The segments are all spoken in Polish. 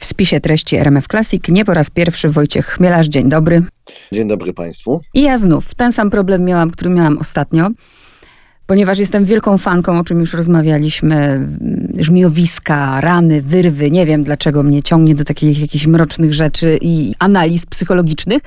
spisie treści RMF Classic nie po raz pierwszy Wojciech Chmielarz. Dzień dobry. Dzień dobry Państwu. I ja znów ten sam problem miałam, który miałam ostatnio. Ponieważ jestem wielką fanką, o czym już rozmawialiśmy, żmijowiska, rany, wyrwy. Nie wiem, dlaczego mnie ciągnie do takich jakichś mrocznych rzeczy i analiz psychologicznych.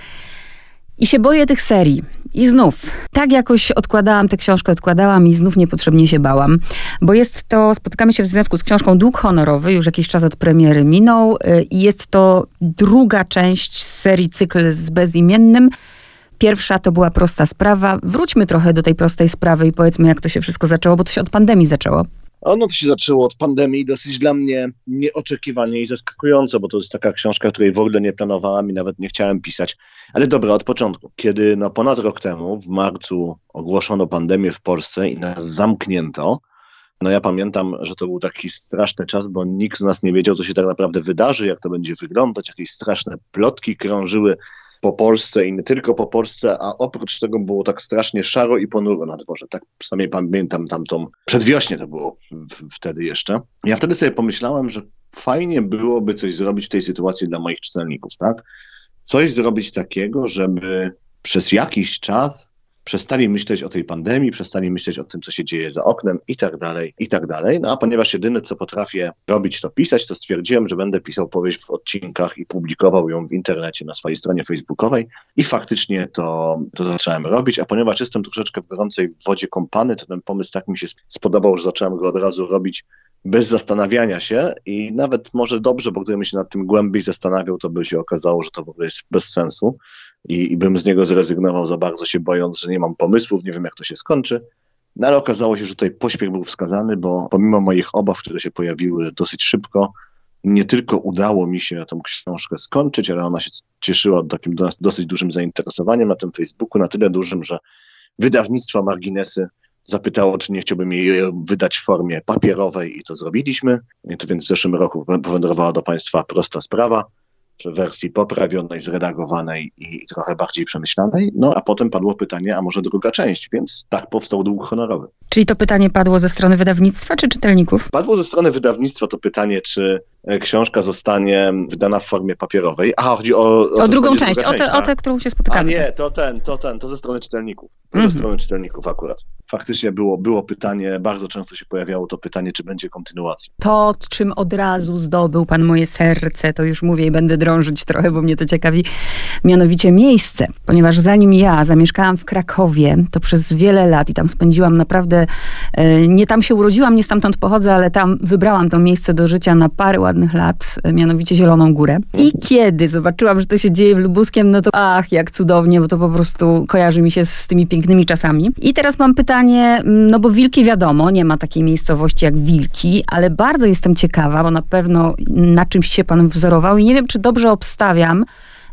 I się boję tych serii. I znów, tak jakoś odkładałam tę książkę, i znów niepotrzebnie się bałam. Bo spotykamy się w związku z książką Dług honorowy, już jakiś czas od premiery minął. I jest to druga część serii cykl z bezimiennym. Pierwsza to była Prosta sprawa. Wróćmy trochę do tej prostej sprawy i powiedzmy, jak to się wszystko zaczęło, bo to się od pandemii zaczęło. To się zaczęło od pandemii dosyć dla mnie nieoczekiwanie i zaskakująco, bo to jest taka książka, której w ogóle nie planowałam i nawet nie chciałem pisać. Ale dobra, od początku. Kiedy ponad rok temu, w marcu, ogłoszono pandemię w Polsce i nas zamknięto, ja pamiętam, że to był taki straszny czas, bo nikt z nas nie wiedział, co się tak naprawdę wydarzy, jak to będzie wyglądać. Jakieś straszne plotki krążyły po Polsce i nie tylko po Polsce, a oprócz tego było tak strasznie szaro i ponuro na dworze. Tak przynajmniej pamiętam tamtą przedwiośnie to było wtedy jeszcze. Ja wtedy sobie pomyślałem, że fajnie byłoby coś zrobić w tej sytuacji dla moich czytelników, tak? Coś zrobić takiego, żeby przez jakiś czas przestali myśleć o tej pandemii, przestali myśleć o tym, co się dzieje za oknem i tak dalej, i tak dalej. A ponieważ jedyne, co potrafię robić, to pisać, to stwierdziłem, że będę pisał powieść w odcinkach i publikował ją w internecie na swojej stronie facebookowej i faktycznie to zacząłem robić, a ponieważ jestem troszeczkę w gorącej wodzie kąpany, to ten pomysł tak mi się spodobał, że zacząłem go od razu robić bez zastanawiania się i nawet może dobrze, bo gdybym się nad tym głębiej zastanawiał, to by się okazało, że to w ogóle jest bez sensu i bym z niego zrezygnował za bardzo się bojąc, że nie mam pomysłów, nie wiem jak to się skończy. Ale okazało się, że tutaj pośpiech był wskazany, bo pomimo moich obaw, które się pojawiły dosyć szybko, nie tylko udało mi się tę książkę skończyć, ale ona się cieszyła takim dosyć dużym zainteresowaniem na tym Facebooku, na tyle dużym, że wydawnictwo Marginesy zapytało, czy nie chciałbym jej wydać w formie papierowej i to zrobiliśmy. I to więc w zeszłym roku powędrowała do Państwa Prosta sprawa w wersji poprawionej, zredagowanej i trochę bardziej przemyślanej. A potem padło pytanie, a może druga część, więc tak powstał Dług honorowy. Czyli to pytanie padło ze strony wydawnictwa czy czytelników? Padło ze strony wydawnictwa to pytanie, czy książka zostanie wydana w formie papierowej. Chodzi o drugą część, o tę, którą się spotykamy. A nie, to ze strony czytelników. Ze strony czytelników akurat. Faktycznie było pytanie, bardzo często się pojawiało to pytanie, czy będzie kontynuacja. To, czym od razu zdobył pan moje serce, to już mówię i będę drążyć trochę, bo mnie to ciekawi, mianowicie miejsce. Ponieważ zanim ja zamieszkałam w Krakowie, to przez wiele lat i tam spędziłam naprawdę, nie tam się urodziłam, nie stamtąd pochodzę, ale tam wybrałam to miejsce do życia na parę ładnych lat, mianowicie Zieloną Górę. I kiedy zobaczyłam, że to się dzieje w Lubuskiem, no to jak cudownie, bo to po prostu kojarzy mi się z tymi pięknymi czasami. I teraz mam pytanie, bo Wilki wiadomo, nie ma takiej miejscowości jak Wilki, ale bardzo jestem ciekawa, bo na pewno na czymś się pan wzorował i nie wiem, czy dobrze obstawiam,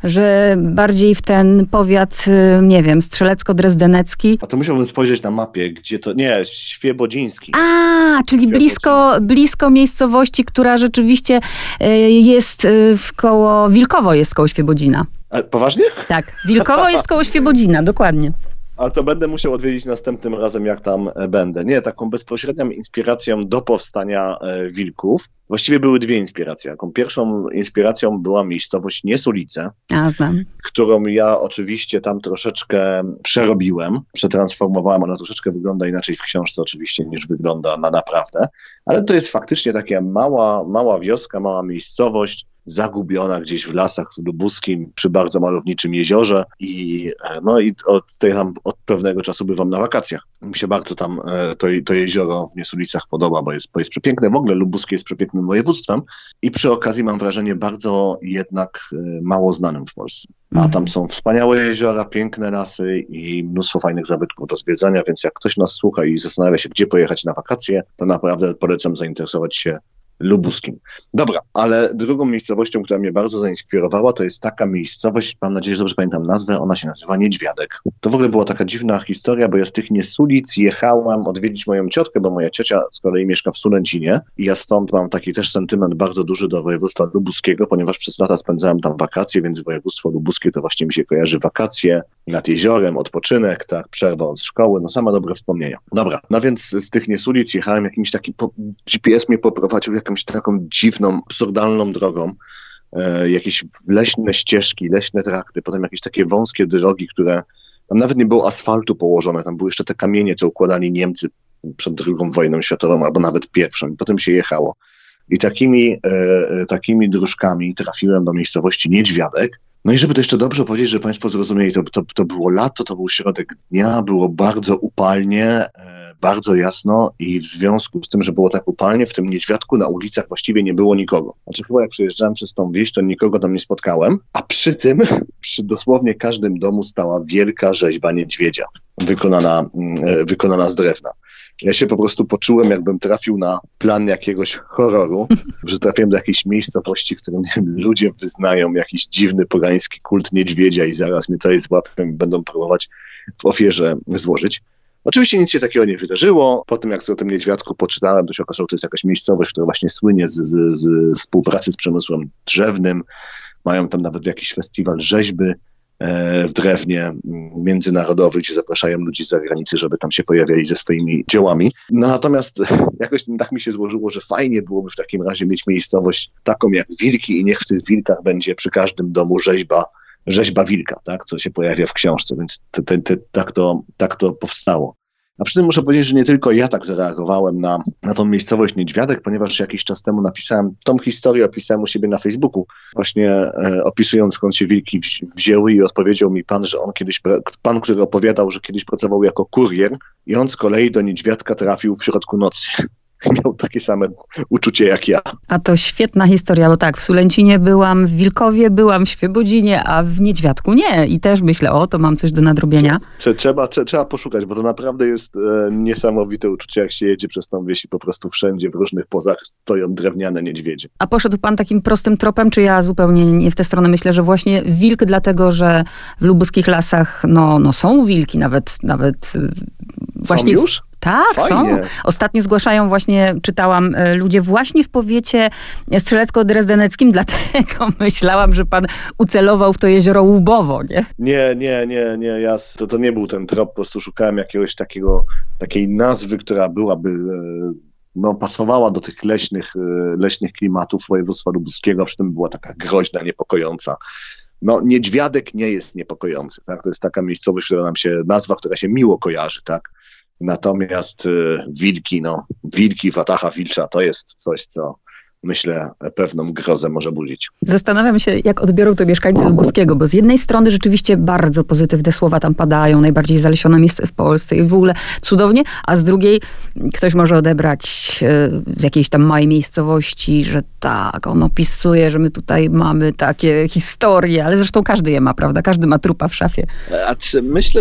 że bardziej w ten powiat, nie wiem, strzelecko-drezdenecki. A to musiałbym spojrzeć na mapie, gdzie to... Nie, Świebodziński. Czyli blisko miejscowości, która rzeczywiście jest koło... Wilkowo jest koło Świebodzina. Poważnie? Tak, Wilkowo jest koło Świebodzina, dokładnie. A to będę musiał odwiedzić następnym razem, jak tam będę. Nie, taką bezpośrednią inspiracją do powstania Wilków, właściwie były dwie inspiracje. Taką pierwszą inspiracją była miejscowość Niesulice, znam. Którą ja oczywiście tam troszeczkę przerobiłem, przetransformowałem. Ona troszeczkę wygląda inaczej w książce oczywiście, niż wygląda na naprawdę. Ale to jest faktycznie taka mała wioska, mała miejscowość, zagubiona gdzieś w lasach lubuskim przy bardzo malowniczym jeziorze i od pewnego czasu bywam na wakacjach. Mi się bardzo tam to jezioro w Niesulicach podoba, bo jest przepiękne. W ogóle lubuskie jest przepięknym województwem i przy okazji mam wrażenie bardzo jednak mało znanym w Polsce. A tam są wspaniałe jeziora, piękne lasy i mnóstwo fajnych zabytków do zwiedzania, więc jak ktoś nas słucha i zastanawia się, gdzie pojechać na wakacje, to naprawdę polecam zainteresować się Lubuskim. Dobra, ale drugą miejscowością, która mnie bardzo zainspirowała, to jest taka miejscowość, mam nadzieję, że dobrze pamiętam nazwę, ona się nazywa Niedźwiadek. To w ogóle była taka dziwna historia, bo ja z tych Niesulic jechałam odwiedzić moją ciotkę, bo moja ciocia z kolei mieszka w Sulęcinie i ja stąd mam taki też sentyment bardzo duży do województwa lubuskiego, ponieważ przez lata spędzałem tam wakacje, więc województwo lubuskie to właśnie mi się kojarzy wakacje nad jeziorem, odpoczynek, tak, przerwa od szkoły, no same dobre wspomnienia. Dobra, no więc z tych Niesulic jechałem jakimś takim, GPS mnie poprowadził jakąś taką dziwną, absurdalną drogą, jakieś leśne ścieżki, leśne trakty, potem jakieś takie wąskie drogi, które tam nawet nie było asfaltu położone, tam były jeszcze te kamienie, co układali Niemcy przed II wojną światową, albo nawet pierwszą. I potem się jechało. I takimi dróżkami trafiłem do miejscowości Niedźwiadek. No i żeby to jeszcze dobrze powiedzieć, że Państwo zrozumieli, to było lato, to był środek dnia, było bardzo upalnie, bardzo jasno i w związku z tym, że było tak upalnie, w tym Niedźwiadku na ulicach właściwie nie było nikogo. Znaczy chyba jak przejeżdżałem przez tą wieś, to nikogo tam nie spotkałem, a przy tym, przy dosłownie każdym domu stała wielka rzeźba niedźwiedzia, wykonana z drewna. Ja się po prostu poczułem, jakbym trafił na plan jakiegoś horroru, że trafiłem do jakiejś miejscowości, w którym ludzie wyznają jakiś dziwny pogański kult niedźwiedzia i zaraz mnie tutaj złapią i będą próbować w ofierze złożyć. Oczywiście nic się takiego nie wydarzyło. Po tym, jak sobie o tym niedźwiadku poczytałem, to się okazało, że to jest jakaś miejscowość, która właśnie słynie z współpracy z przemysłem drzewnym. Mają tam nawet jakiś festiwal rzeźby w drewnie międzynarodowy, gdzie zapraszają ludzi z zagranicy, żeby tam się pojawiali ze swoimi dziełami. No natomiast jakoś tak mi się złożyło, że fajnie byłoby w takim razie mieć miejscowość taką jak wilki i niech w tych wilkach będzie przy każdym domu rzeźba wilka, tak, co się pojawia w książce, więc tak to powstało. A przy tym muszę powiedzieć, że nie tylko ja tak zareagowałem na tą miejscowość Niedźwiadek, ponieważ jakiś czas temu tą historię opisałem u siebie na Facebooku, właśnie opisując, skąd się wilki wzięły i odpowiedział mi pan, że pan, który opowiadał, że kiedyś pracował jako kurier i on z kolei do Niedźwiadka trafił w środku nocy. Miał takie same uczucie jak ja. A to świetna historia, bo tak, w Sulęcinie byłam, w Wilkowie byłam, w Świebodzinie, a w Niedźwiadku nie. I też myślę, to mam coś do nadrobienia. Trzeba poszukać, bo to naprawdę jest niesamowite uczucie, jak się jedzie przez tą wieś i po prostu wszędzie w różnych pozach stoją drewniane niedźwiedzie. A poszedł pan takim prostym tropem, czy ja zupełnie nie w tę stronę myślę, że właśnie wilk, dlatego że w lubuskich lasach są wilki, nawet właśnie... Są już? Tak, fajnie. Są. Ostatnio zgłaszają właśnie, czytałam, ludzie właśnie w powiecie strzelecko-drezdeneckim, dlatego myślałam, że pan ucelował w to jezioro Łubowo, nie? Nie, to nie był ten trop, po prostu szukałem takiej nazwy, która byłaby, pasowała do tych leśnych klimatów województwa lubuskiego, a przy tym była taka groźna, niepokojąca. Niedźwiadek nie jest niepokojący, tak? To jest taka miejscowość, nazwa, która się miło kojarzy, tak? Natomiast wilki, watacha wilcza, to jest coś, co myślę pewną grozę może budzić. Zastanawiam się, jak odbiorą to mieszkańcy Lubuskiego, bo z jednej strony rzeczywiście bardzo pozytywne słowa tam padają, najbardziej zalesione miejsce w Polsce i w ogóle cudownie, a z drugiej ktoś może odebrać z jakiejś tam małej miejscowości, że tak, on opisuje, że my tutaj mamy takie historie, ale zresztą każdy je ma, prawda? Każdy ma trupa w szafie. Myślę,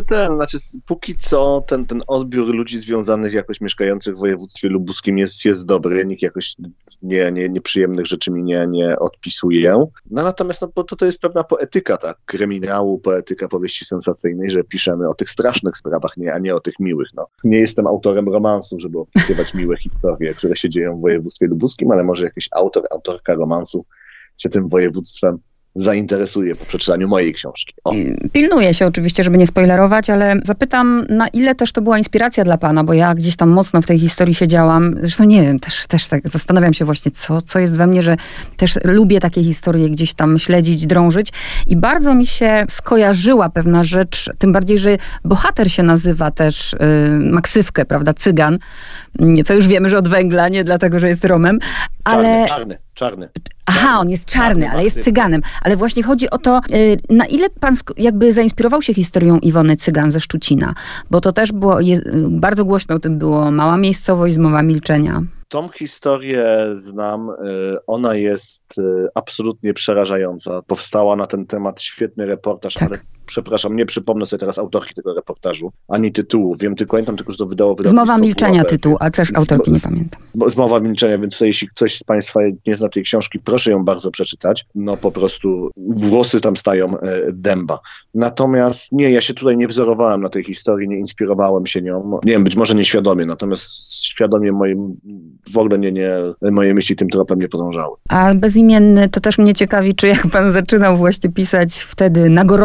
póki co ten odbiór ludzi związanych jakoś mieszkających w województwie lubuskim jest dobry, nikt jakoś nieprzyjemnych rzeczy mi nie odpisuje. Natomiast bo to jest pewna poetyka, tak, kryminału, poetyka powieści sensacyjnej, że piszemy o tych strasznych sprawach, a nie o tych miłych. Nie jestem autorem romansu, żeby opisywać miłe historie, które się dzieją w województwie lubuskim, ale może jakiś autorka romansu się tym województwem zainteresuje po przeczytaniu mojej książki. Pilnuję się oczywiście, żeby nie spoilerować, ale zapytam, na ile też to była inspiracja dla pana, bo ja gdzieś tam mocno w tej historii siedziałam. Zresztą nie wiem, też tak zastanawiam się właśnie, co jest we mnie, że też lubię takie historie gdzieś tam śledzić, drążyć i bardzo mi się skojarzyła pewna rzecz, tym bardziej, że bohater się nazywa też Maksywkę, prawda, Cygan, co już wiemy, że od węgla, nie dlatego, że jest Romem, ale... Czarny. Aha, on jest czarny, ale jest Cyganem. Ale właśnie chodzi o to, na ile pan jakby zainspirował się historią Iwony Cygan ze Szczucina? Bo to też było, bardzo głośno o tym było, mała miejscowość, zmowa milczenia. Tą historię znam, ona jest absolutnie przerażająca. Powstała na ten temat świetny reportaż, tak. Ale przepraszam, nie przypomnę sobie teraz autorki tego reportażu, ani tytułu. Pamiętam tylko, że to wydało wydawnictwo Zmowa milczenia tytuł, a też autorki nie pamiętam. Zmowa milczenia, więc tutaj, jeśli ktoś z Państwa nie zna tej książki, proszę ją bardzo przeczytać. Po prostu włosy tam stają dęba. Natomiast nie, ja się tutaj nie wzorowałem na tej historii, nie inspirowałem się nią. Nie wiem, być może nieświadomie, natomiast świadomie w ogóle moje myśli tym tropem nie podążały. A bezimienny, to też mnie ciekawi, czy jak pan zaczynał właśnie pisać wtedy na gorąco, na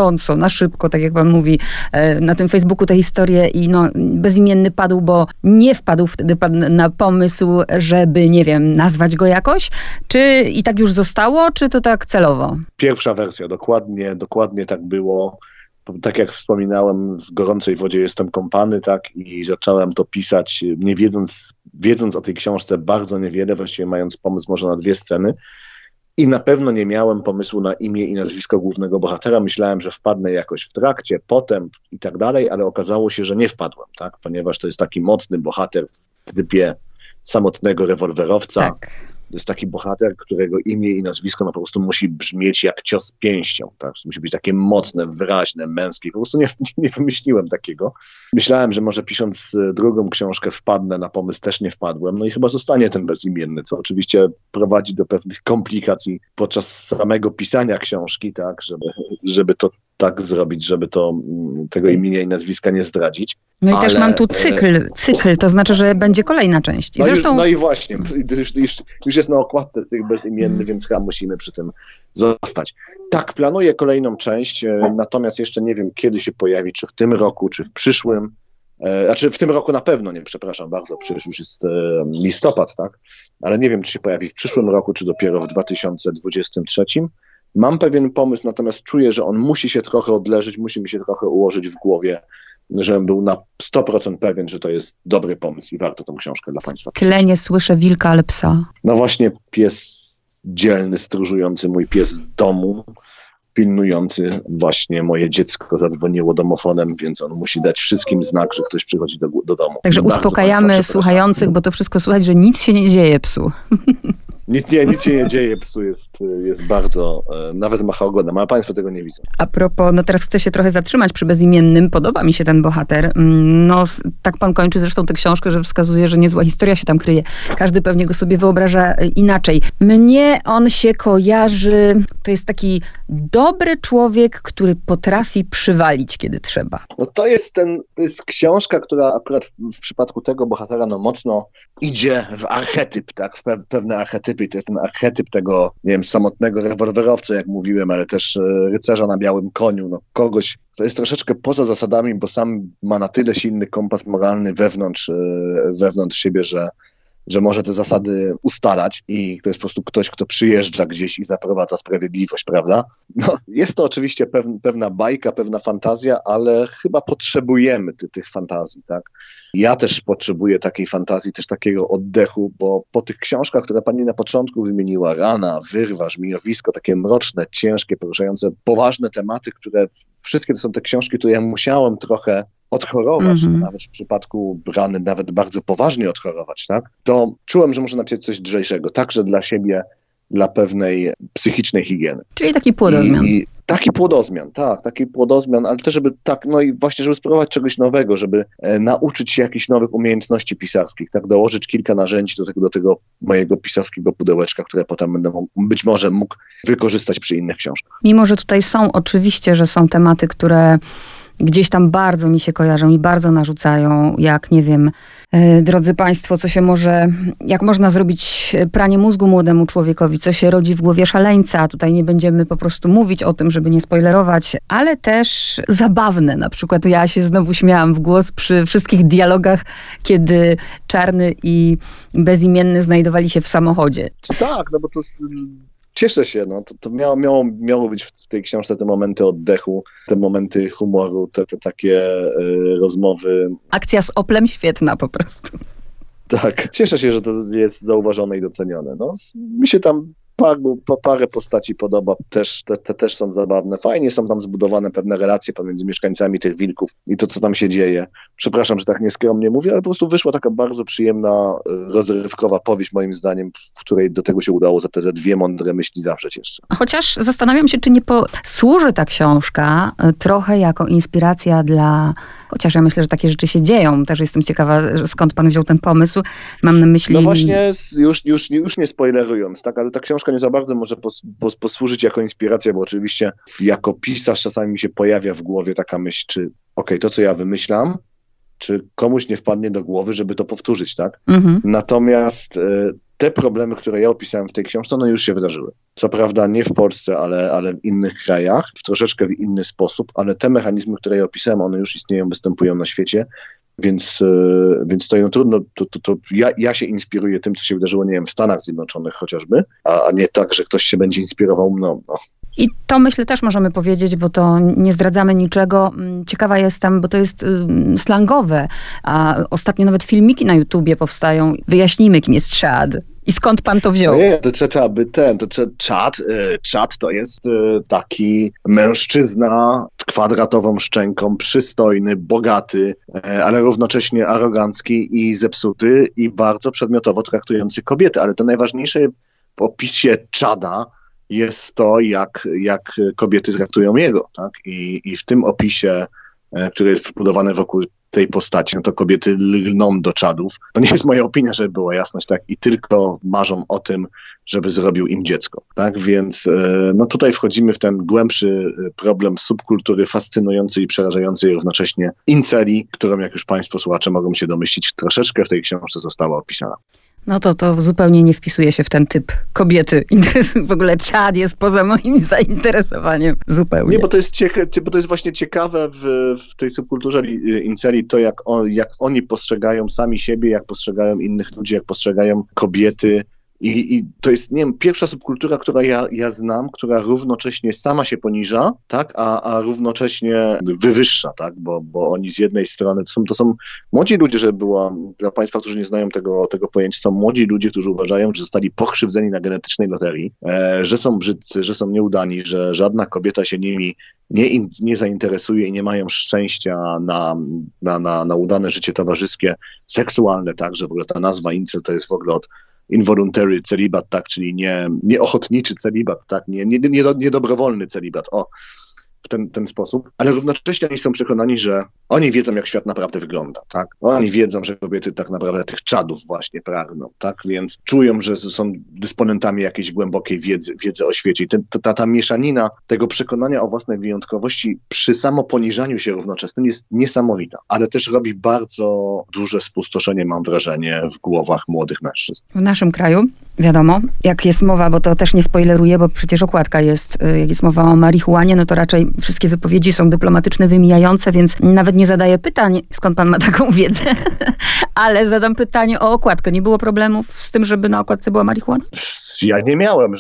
szybko, tak jak pan mówi, na tym Facebooku tę historię i no, bezimienny padł, bo nie wpadł wtedy pan na pomysł, żeby, nie wiem, nazwać go jakoś? Czy i tak już zostało, czy to tak celowo? Pierwsza wersja, dokładnie tak było. Tak jak wspominałem, w gorącej wodzie jestem kąpany, tak, i zacząłem to pisać, nie wiedząc o tej książce bardzo niewiele, właściwie mając pomysł może na 2 sceny. I na pewno nie miałem pomysłu na imię i nazwisko głównego bohatera. Myślałem, że wpadnę jakoś w trakcie, potem i tak dalej, ale okazało się, że nie wpadłem, tak, ponieważ to jest taki mocny bohater w typie samotnego rewolwerowca. Tak. To jest taki bohater, którego imię i nazwisko no po prostu musi brzmieć jak cios pięścią. Tak? Musi być takie mocne, wyraźne, męskie. Po prostu nie wymyśliłem takiego. Myślałem, że może pisząc drugą książkę wpadnę na pomysł, też nie wpadłem. No i chyba zostanie ten bezimienny, co oczywiście prowadzi do pewnych komplikacji podczas samego pisania książki, tak? Żeby to tak zrobić, żeby tego imienia i nazwiska nie zdradzić. No i też mam tu cykl, to znaczy, że będzie kolejna część. I zresztą... No i właśnie, już jest na okładce cykl bezimienny, więc chyba musimy przy tym zostać. Tak, planuję kolejną część, natomiast jeszcze nie wiem, kiedy się pojawi, czy w tym roku, czy w przyszłym. Znaczy w tym roku na pewno nie, przepraszam bardzo, przecież już jest listopad, tak? Ale nie wiem, czy się pojawi w przyszłym roku, czy dopiero w 2023. Mam pewien pomysł, natomiast czuję, że on musi się trochę odleżeć, musi mi się trochę ułożyć w głowie, żebym był na 100% pewien, że to jest dobry pomysł i warto tą książkę dla państwa pisać. Tyle nie słyszę wilka, ale psa. No właśnie pies dzielny, stróżujący, mój pies z domu, pilnujący właśnie moje dziecko zadzwoniło domofonem, więc on musi dać wszystkim znak, że ktoś przychodzi do domu. Także uspokajamy słuchających, bo to wszystko słychać, że nic się nie dzieje psu. Nic się nie dzieje, psu jest bardzo, nawet macha ogonem, ale państwo tego nie widzą. A propos, no teraz chcę się trochę zatrzymać przy bezimiennym, podoba mi się ten bohater. No tak pan kończy zresztą tę książkę, że wskazuje, że niezła historia się tam kryje. Każdy pewnie go sobie wyobraża inaczej. Mnie on się kojarzy, to jest taki dobry człowiek, który potrafi przywalić, kiedy trzeba. No to jest książka, która akurat w przypadku tego bohatera no mocno idzie w archetyp, tak, w pewne archetypy. To jest ten archetyp tego, nie wiem, samotnego rewolwerowca, jak mówiłem, ale też rycerza na białym koniu, no kogoś, kto jest troszeczkę poza zasadami, bo sam ma na tyle silny kompas moralny wewnątrz siebie, że może te zasady ustalać i to jest po prostu ktoś, kto przyjeżdża gdzieś i zaprowadza sprawiedliwość, prawda? No, jest to oczywiście pewna bajka, pewna fantazja, ale chyba potrzebujemy tych fantazji, tak? Ja też potrzebuję takiej fantazji, też takiego oddechu, bo po tych książkach, które pani na początku wymieniła, Rana, Wyrwa, Żmijowisko, takie mroczne, ciężkie, poruszające poważne tematy, które wszystkie to są te książki, które ja musiałem trochę odchorować, nawet w przypadku Rany nawet bardzo poważnie odchorować, tak? To czułem, że muszę napisać coś lżejszego, także dla siebie, dla pewnej psychicznej higieny. Czyli taki płodozmian. Taki płodozmian, ale też żeby no i właśnie, żeby spróbować czegoś nowego, żeby nauczyć się jakichś nowych umiejętności pisarskich, tak, dołożyć kilka narzędzi do tego mojego pisarskiego pudełeczka, które potem będę być może mógł wykorzystać przy innych książkach. Mimo że tutaj oczywiście, że są tematy, które gdzieś tam bardzo mi się kojarzą i bardzo narzucają, jak nie wiem, drodzy państwo, jak można zrobić pranie mózgu młodemu człowiekowi, co się rodzi w głowie szaleńca. Tutaj nie będziemy po prostu mówić o tym, żeby nie spoilerować, ale też zabawne. Na przykład ja się znowu śmiałam w głos przy wszystkich dialogach, kiedy Czarny i Bezimienny znajdowali się w samochodzie. Tak, no bo to cieszę się, no to miało być w tej książce te momenty oddechu, te momenty humoru, te takie rozmowy. Akcja z Oplem świetna po prostu. Tak, cieszę się, że to jest zauważone i docenione. No, mi się tam parę postaci podoba, te też są zabawne. Fajnie są tam zbudowane pewne relacje pomiędzy mieszkańcami tych wilków i to, co tam się dzieje. Przepraszam, że tak nieskromnie mówię, ale po prostu wyszła taka bardzo przyjemna, rozrywkowa powieść, moim zdaniem, w której do tego się udało za te 2 mądre myśli zawrzeć jeszcze. Chociaż zastanawiam się, czy nie służy ta książka trochę jako inspiracja chociaż ja myślę, że takie rzeczy się dzieją. Też jestem ciekawa, skąd pan wziął ten pomysł. Mam na myśli... No właśnie, już nie spoilerując, tak, ale ta książka nie za bardzo może posłużyć jako inspiracja, bo oczywiście jako pisarz czasami mi się pojawia w głowie taka myśl, czy to, co ja wymyślam, czy komuś nie wpadnie do głowy, żeby to powtórzyć, tak? Natomiast te problemy, które ja opisałem w tej książce, one już się wydarzyły. Co prawda nie w Polsce, ale w innych krajach, troszeczkę w inny sposób, ale te mechanizmy, które ja opisałem, one już istnieją, występują na świecie, więc to trudno, ja się inspiruję tym, co się wydarzyło, nie wiem, w Stanach Zjednoczonych chociażby, a nie tak, że ktoś się będzie inspirował mną. No. I to myślę też możemy powiedzieć, bo to nie zdradzamy niczego. Ciekawa jestem, bo to jest slangowe, a ostatnio nawet filmiki na YouTubie powstają. Wyjaśnijmy, kim jest Chad. I skąd pan to wziął? Nie, to trzeba by Chad to jest taki mężczyzna kwadratową szczęką, przystojny, bogaty, ale równocześnie arogancki i zepsuty i bardzo przedmiotowo traktujący kobiety. Ale to najważniejsze w opisie Chada jest to, jak kobiety traktują jego, tak? I w tym opisie, który jest wbudowany wokół tej postaci, no to kobiety lgną do Chadów. To nie jest moja opinia, żeby była jasność, tak? I tylko marzą o tym, żeby zrobił im dziecko, tak? Więc no tutaj wchodzimy w ten głębszy problem subkultury fascynującej i przerażającej równocześnie inceli, którą, jak już państwo słuchacze mogą się domyślić, troszeczkę w tej książce została opisana. No to zupełnie nie wpisuje się w ten typ kobiety. W ogóle Chad jest poza moim zainteresowaniem zupełnie. Nie, bo to jest właśnie ciekawe w tej subkulturze inceli, to jak oni postrzegają sami siebie, jak postrzegają innych ludzi, jak postrzegają kobiety. I to jest, nie wiem, pierwsza subkultura, która ja znam, która równocześnie sama się poniża, tak, a równocześnie wywyższa, tak, bo oni z jednej strony, to są młodzi ludzie, żeby była, dla państwa, którzy nie znają tego pojęcia, są młodzi ludzie, którzy uważają, że zostali pokrzywdzeni na genetycznej loterii, że są brzydcy, że są nieudani, że żadna kobieta się nimi nie zainteresuje i nie mają szczęścia na udane życie towarzyskie, seksualne, tak, że w ogóle ta nazwa incel to jest w ogóle od involuntary celibat, tak, czyli nieochotniczy celibat, tak, niedobrowolny celibat, w ten sposób, ale równocześnie oni są przekonani, że oni wiedzą, jak świat naprawdę wygląda, tak? Oni wiedzą, że kobiety tak naprawdę tych Chadów właśnie pragną, tak? Więc czują, że są dysponentami jakiejś głębokiej wiedzy o świecie. I ta mieszanina tego przekonania o własnej wyjątkowości przy samoponiżaniu się równoczesnym jest niesamowita, ale też robi bardzo duże spustoszenie, mam wrażenie, w głowach młodych mężczyzn. W naszym kraju, wiadomo, jak jest mowa, bo to też nie spoileruję, bo przecież okładka jest, jak jest mowa o marihuanie, no to raczej wszystkie wypowiedzi są dyplomatyczne, wymijające, więc nawet nie zadaję pytań, skąd pan ma taką wiedzę, ale zadam pytanie o okładkę. Nie było problemów z tym, żeby na okładce była marihuana? Ja nie miałem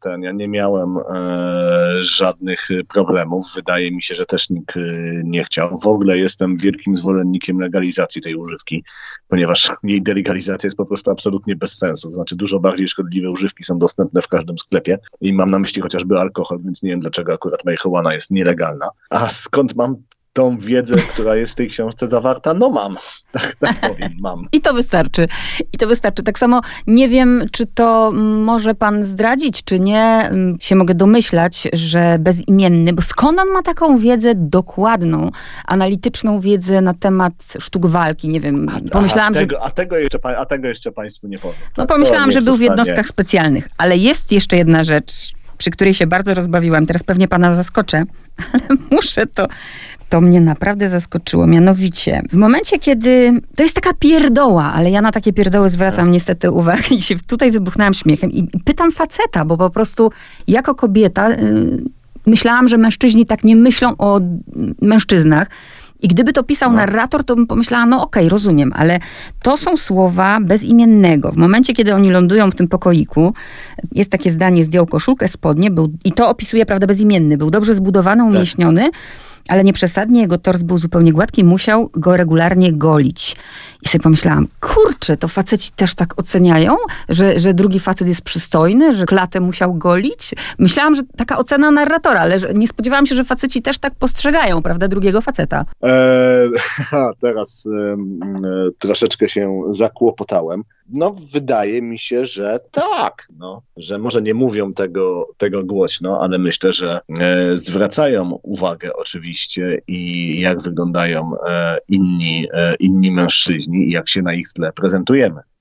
żadnych problemów. Wydaje mi się, że też nikt nie chciał. W ogóle jestem wielkim zwolennikiem legalizacji tej używki, ponieważ jej delegalizacja jest po prostu absolutnie bez sensu. To znaczy dużo bardziej szkodliwe używki są dostępne w każdym sklepie i mam na myśli chociażby alkohol, więc nie wiem, dlaczego akurat marihuana jest nielegalna. A skąd mam tą wiedzę, która jest w tej książce zawarta? No mam. Tak powiem, mam. I to wystarczy. Tak samo nie wiem, czy to może pan zdradzić, czy nie. Się mogę domyślać, że bezimienny, bo skąd on ma taką wiedzę dokładną, analityczną wiedzę na temat sztuk walki? Nie wiem. Pomyślałam, a tego jeszcze państwu nie powiem. No pomyślałam, że był w jednostkach specjalnych. Ale jest jeszcze jedna rzecz, przy której się bardzo rozbawiłam. Teraz pewnie pana zaskoczę, ale muszę to mnie naprawdę zaskoczyło. Mianowicie, w momencie, kiedy... To jest taka pierdoła, ale ja na takie pierdoły zwracam niestety uwagę i się tutaj wybuchnęłam śmiechem i pytam faceta, bo po prostu jako kobieta myślałam, że mężczyźni tak nie myślą o mężczyznach. I gdyby to pisał narrator, to bym pomyślała, no okej, rozumiem, ale to są słowa bezimiennego. W momencie, kiedy oni lądują w tym pokoiku, jest takie zdanie, zdjął koszulkę, spodnie, i to opisuje, prawda, bezimienny. Był dobrze zbudowany, umieśniony, ale nie przesadnie, jego tors był zupełnie gładki, musiał go regularnie golić. I sobie pomyślałam, kurczę, to faceci też tak oceniają, że drugi facet jest przystojny, że klatę musiał golić. Myślałam, że taka ocena narratora, ale nie spodziewałam się, że faceci też tak postrzegają, prawda, drugiego faceta. Teraz troszeczkę się zakłopotałem. No, wydaje mi się, że tak, że może nie mówią tego głośno, ale myślę, że zwracają uwagę oczywiście i jak wyglądają inni mężczyźni i jak się na ich tle prezentujemy.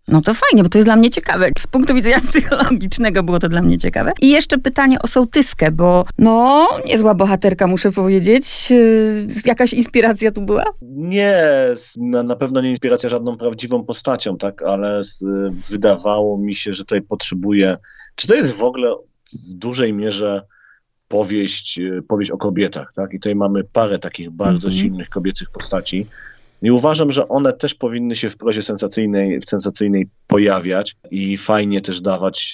No to fajnie, bo to jest dla mnie ciekawe. Z punktu widzenia psychologicznego było to dla mnie ciekawe. I jeszcze pytanie o sołtyskę, bo niezła bohaterka, muszę powiedzieć. Jakaś inspiracja tu była? Nie, na pewno nie inspiracja żadną prawdziwą postacią, tak, ale wydawało mi się, że tutaj potrzebuję... Czy to jest w ogóle w dużej mierze powieść o kobietach, tak? I tutaj mamy parę takich bardzo silnych kobiecych postaci. I uważam, że one też powinny się w prozie sensacyjnej pojawiać i fajnie też dawać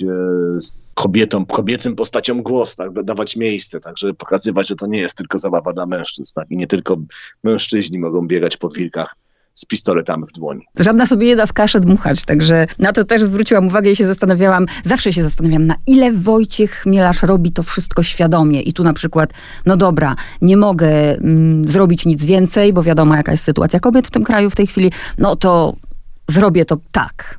kobiecym postaciom głos, tak? Dawać miejsce, tak? Żeby pokazywać, że to nie jest tylko zabawa dla mężczyzn, tak? I nie tylko mężczyźni mogą biegać po wilkach z pistoletami w dłoni. Żadna sobie nie da w kaszę dmuchać, także na to też zwróciłam uwagę i zawsze się zastanawiam, na ile Wojciech Chmielarz robi to wszystko świadomie. I tu na przykład, nie mogę zrobić nic więcej, bo wiadomo, jaka jest sytuacja kobiet w tym kraju w tej chwili, to zrobię to tak.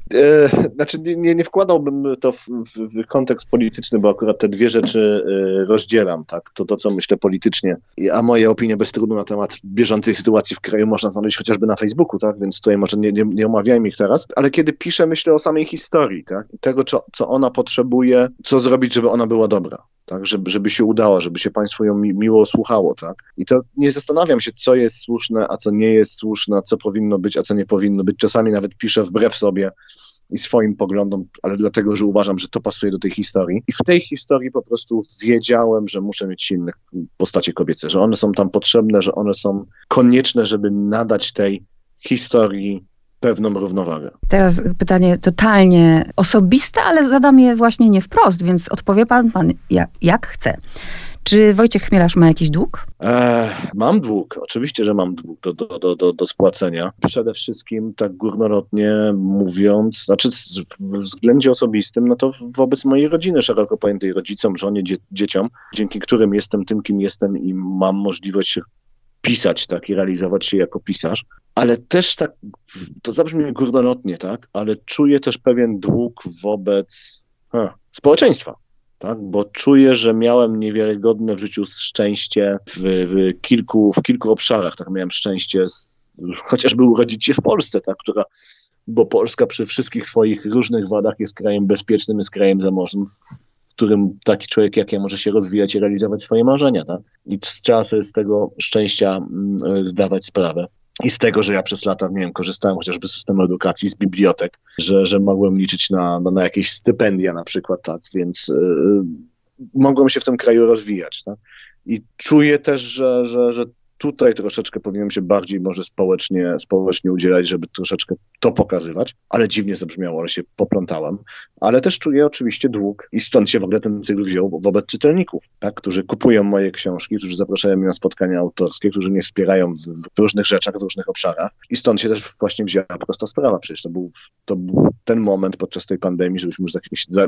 Nie wkładałbym to w kontekst polityczny, bo akurat te dwie rzeczy rozdzielam, tak? To, co myślę politycznie, a moje opinie bez trudu na temat bieżącej sytuacji w kraju można znaleźć chociażby na Facebooku, tak? Więc tutaj może nie omawiajmy ich teraz, ale kiedy piszę, myślę o samej historii, tak? I tego, co ona potrzebuje, co zrobić, żeby ona była dobra. Tak, żeby się udało, żeby się państwu ją miło słuchało, tak? I to nie zastanawiam się, co jest słuszne, a co nie jest słuszne, co powinno być, a co nie powinno być. Czasami nawet piszę wbrew sobie i swoim poglądom, ale dlatego, że uważam, że to pasuje do tej historii. I w tej historii po prostu wiedziałem, że muszę mieć silne postacie kobiece, że one są tam potrzebne, że one są konieczne, żeby nadać tej historii pewną równowagę. Teraz pytanie totalnie osobiste, ale zadam je właśnie nie wprost, więc odpowie pan jak chce. Czy Wojciech Chmielarz ma jakiś dług? Mam dług. Oczywiście, że mam dług do spłacenia. Przede wszystkim, tak górnolotnie mówiąc, znaczy w względzie osobistym, to wobec mojej rodziny szeroko pojętej, rodzicom, żonie, dzieciom, dzięki którym jestem tym, kim jestem i mam możliwość pisać, tak, i realizować się jako pisarz, ale też tak, to zabrzmi górnolotnie, tak, ale czuję też pewien dług wobec społeczeństwa, tak, bo czuję, że miałem niewiarygodne w życiu szczęście w kilku obszarach, tak, miałem szczęście chociażby urodzić się w Polsce, tak, bo Polska przy wszystkich swoich różnych wadach jest krajem bezpiecznym, jest krajem zamożnym, w którym taki człowiek jak ja może się rozwijać i realizować swoje marzenia, tak? I trzeba sobie z tego szczęścia zdawać sprawę. I z tego, że ja przez lata, korzystałem chociażby z systemu edukacji, z bibliotek, że mogłem liczyć na jakieś stypendia na przykład, tak? Więc mogłem się w tym kraju rozwijać, tak? I czuję też, że tutaj troszeczkę powinienem się bardziej może społecznie udzielać, żeby troszeczkę to pokazywać, ale dziwnie zabrzmiało, ale się poplątałem. Ale też czuję oczywiście dług i stąd się w ogóle ten cykl wziął wobec czytelników, tak, którzy kupują moje książki, którzy zapraszają mnie na spotkania autorskie, którzy mnie wspierają w różnych rzeczach, w różnych obszarach. I stąd się też właśnie wzięła prosta sprawa. Przecież to był ten moment podczas tej pandemii, żebyśmy już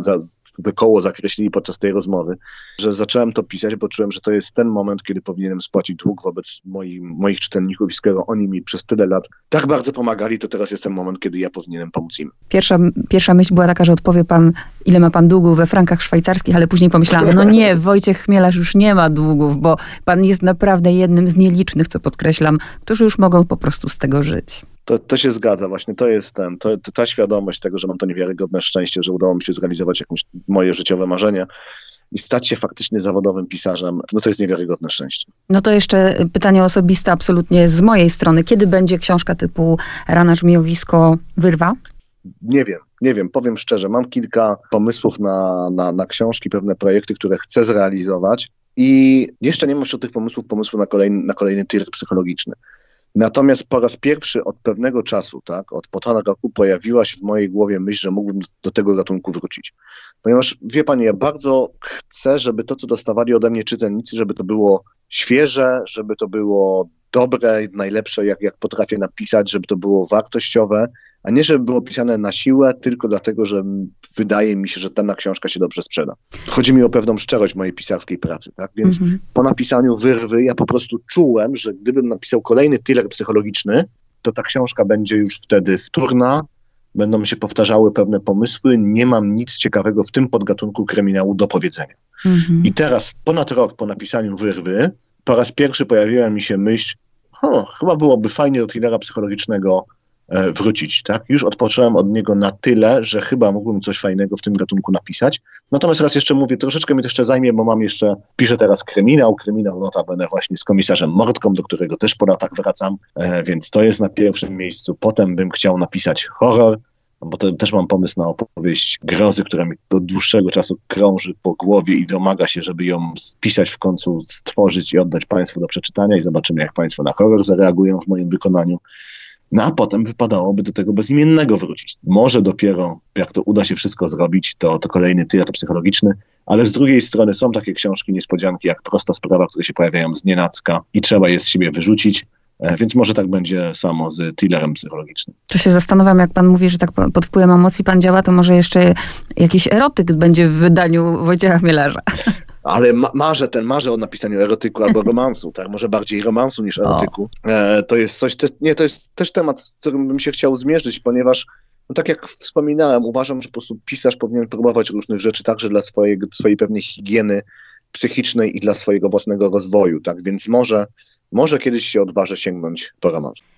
to koło zakreślili podczas tej rozmowy, że zacząłem to pisać, bo czułem, że to jest ten moment, kiedy powinienem spłacić dług wobec moich czytelników i skoro oni mi przez tyle lat tak bardzo pomagali, to teraz jest ten moment, kiedy ja powinienem pomóc im. Pierwsza myśl była taka, że odpowie pan, ile ma pan długów we frankach szwajcarskich, ale później pomyślałam, nie, Wojciech Chmielarz już nie ma długów, bo pan jest naprawdę jednym z nielicznych, co podkreślam, którzy już mogą po prostu z tego żyć. To się zgadza właśnie, to jest ta świadomość tego, że mam to niewiarygodne szczęście, że udało mi się zrealizować jakieś moje życiowe marzenia i stać się faktycznie zawodowym pisarzem, to jest niewiarygodne szczęście. No to jeszcze pytanie osobiste absolutnie z mojej strony. Kiedy będzie książka typu Rana, żmiowisko, wyrwa? Nie wiem, powiem szczerze, mam kilka pomysłów na książki, pewne projekty, które chcę zrealizować i jeszcze nie mam wśród tych pomysłu na kolejny tir psychologiczny. Natomiast po raz pierwszy od pewnego czasu, tak, od półtora roku pojawiła się w mojej głowie myśl, że mógłbym do tego gatunku wrócić. Ponieważ, wie pani, ja bardzo chcę, żeby to, co dostawali ode mnie czytelnicy, żeby to było świeże, żeby to było dobre, najlepsze, jak potrafię napisać, żeby to było wartościowe, a nie żeby było pisane na siłę, tylko dlatego, że wydaje mi się, że dana książka się dobrze sprzeda. Chodzi mi o pewną szczerość mojej pisarskiej pracy, tak? Więc po napisaniu Wyrwy ja po prostu czułem, że gdybym napisał kolejny thriller psychologiczny, to ta książka będzie już wtedy wtórna, będą się powtarzały pewne pomysły, nie mam nic ciekawego w tym podgatunku kryminału do powiedzenia. I teraz, ponad rok po napisaniu Wyrwy, po raz pierwszy pojawiła mi się myśl, chyba byłoby fajnie do thrillera psychologicznego wrócić, tak? Już odpocząłem od niego na tyle, że chyba mógłbym coś fajnego w tym gatunku napisać. Natomiast raz jeszcze mówię, troszeczkę mi to jeszcze zajmie, bo piszę teraz kryminał notabene właśnie z komisarzem Mordką, do którego też po latach wracam, więc to jest na pierwszym miejscu. Potem bym chciał napisać horror, bo też mam pomysł na opowieść grozy, która mi od dłuższego czasu krąży po głowie i domaga się, żeby ją spisać w końcu, stworzyć i oddać Państwu do przeczytania i zobaczymy, jak Państwo na horror zareagują w moim wykonaniu. No a potem wypadałoby do tego bezimiennego wrócić. Może dopiero, jak to uda się wszystko zrobić, to kolejny thriller psychologiczny, ale z drugiej strony są takie książki niespodzianki, jak Prosta sprawa, które się pojawiają znienacka i trzeba je z siebie wyrzucić. Więc może tak będzie samo z thrillerem psychologicznym. To się zastanawiam, jak pan mówi, że tak pod wpływem emocji pan działa, to może jeszcze jakiś erotyk będzie w wydaniu Wojciecha Chmielarza. Ale marzę o napisaniu erotyku albo romansu, tak? Może bardziej romansu niż erotyku. To jest coś, to jest też temat, z którym bym się chciał zmierzyć, ponieważ, no tak jak wspominałem, uważam, że po prostu pisarz powinien próbować różnych rzeczy także dla swojej pewnej higieny psychicznej i dla swojego własnego rozwoju, tak? Więc może kiedyś się odważę sięgnąć po romans.